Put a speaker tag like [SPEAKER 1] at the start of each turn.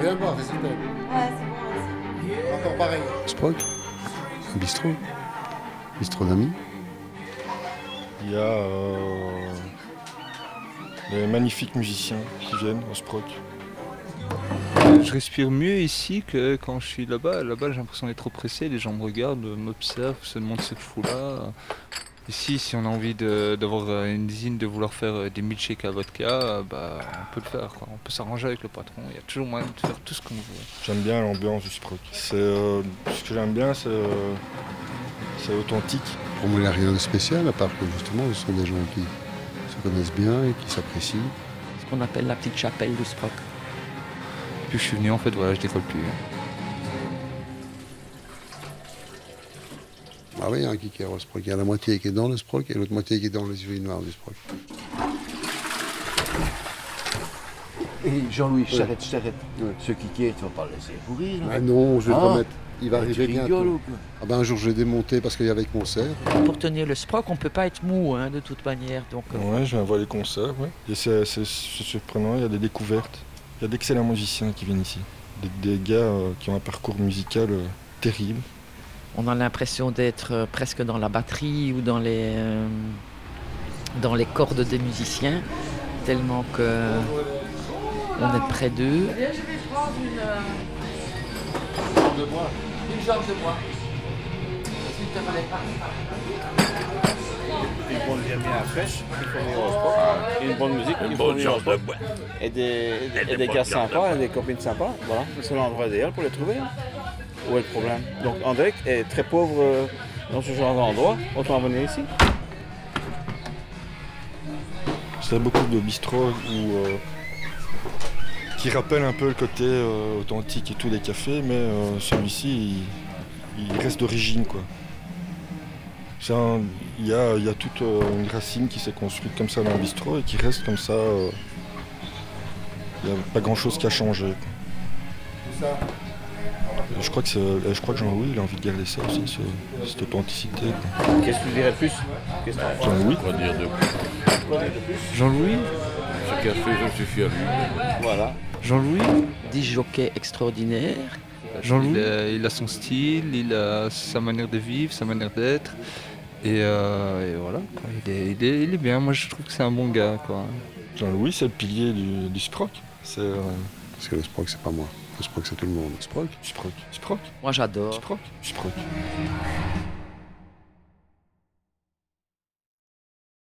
[SPEAKER 1] viens de voir, c'est super.
[SPEAKER 2] Ouais, c'est bon aussi.
[SPEAKER 1] Encore pareil. Sproc, un bistrot. Bistrot d'amis.
[SPEAKER 3] Il y a des magnifiques musiciens qui viennent au Sproc.
[SPEAKER 4] Je respire mieux ici que quand je suis là-bas. Là-bas, j'ai l'impression d'être oppressé. Les gens me regardent, m'observent, se demandent ce que je fous là. Ici, si on a envie d'avoir une usine, de vouloir faire des milkshakes à vodka, bah, on peut le faire, quoi. On peut s'arranger avec le patron. Il y a toujours moyen de faire tout ce qu'on veut.
[SPEAKER 3] J'aime bien l'ambiance du Sproc. Ce que j'aime bien, c'est authentique.
[SPEAKER 1] Pour moi, il n'y a rien de spécial, à part que justement, ce sont des gens qui se connaissent bien et qui s'apprécient.
[SPEAKER 5] Ce qu'on appelle la petite chapelle du Sproc.
[SPEAKER 4] Puis je suis venu, en fait, voilà, je décolle plus.
[SPEAKER 1] Ah oui, il y a un qui est au Sproc. Il y a la moitié qui est dans le Sproc et l'autre moitié qui est dans les huiles noires du Sproc.
[SPEAKER 6] Et Jean-Louis, je t'arrête.
[SPEAKER 1] Ouais.
[SPEAKER 6] Ce Kiki, tu vas pas le laisser pourrir.
[SPEAKER 1] Ah non, je vais le
[SPEAKER 6] Ah.
[SPEAKER 1] remettre. Il va
[SPEAKER 6] Tu
[SPEAKER 1] arriver
[SPEAKER 6] rigoles
[SPEAKER 1] bientôt.
[SPEAKER 6] ou quoi?
[SPEAKER 1] Ah ben, un jour, je vais démonter parce qu'il y avait le concert.
[SPEAKER 5] Pour tenir le Sproc, on ne peut pas être mou hein, de toute manière. Donc,
[SPEAKER 3] Ouais, je viens voir les concerts, ouais. Et c'est surprenant, il y a des découvertes. Il y a d'excellents musiciens qui viennent ici. Des gars qui ont un parcours musical terrible.
[SPEAKER 5] on a l'impression d'être presque dans la batterie ou dans les cordes des musiciens, tellement qu'on est près d'eux.
[SPEAKER 2] Je vais prendre une jambe de bois. S'il te plaît.
[SPEAKER 7] Une bonne bière bien fraîche, il faut venir au Sproc. Une bonne musique, il faut venir au Sproc. Et des gars sympas, et des copines sympas. Voilà, c'est l'endroit idéal pour les trouver. Où est le problème? Donc André est très pauvre dans ce genre d'endroit, autant venir ici.
[SPEAKER 3] C'est beaucoup de bistrots qui rappellent un peu le côté authentique et tous les cafés, mais celui-ci, il reste d'origine, quoi. Il y a toute une racine qui s'est construite comme ça dans le bistrot et qui reste comme ça. Il n'y a pas grand-chose qui a changé. Je crois que Jean-Louis il a envie de garder ça aussi, cette authenticité.
[SPEAKER 7] Qu'est-ce que tu dirais de plus?
[SPEAKER 3] Jean-Louis.
[SPEAKER 7] Quoi dire de plus?
[SPEAKER 4] Jean-Louis
[SPEAKER 7] Ce café, je suis fier. Voilà.
[SPEAKER 4] Jean-Louis
[SPEAKER 5] Disjockey extraordinaire.
[SPEAKER 4] Jean-Louis il a son style, il a sa manière de vivre, sa manière d'être. Et voilà, quoi. Il est bien. Moi, je trouve que c'est un bon gars, quoi.
[SPEAKER 3] Jean-Louis, c'est le pilier du Sproc.
[SPEAKER 1] Parce que le Sproc, c'est pas moi. Le Sproc, c'est tout le monde.
[SPEAKER 3] Sproc.
[SPEAKER 5] Moi j'adore.
[SPEAKER 3] Sproc.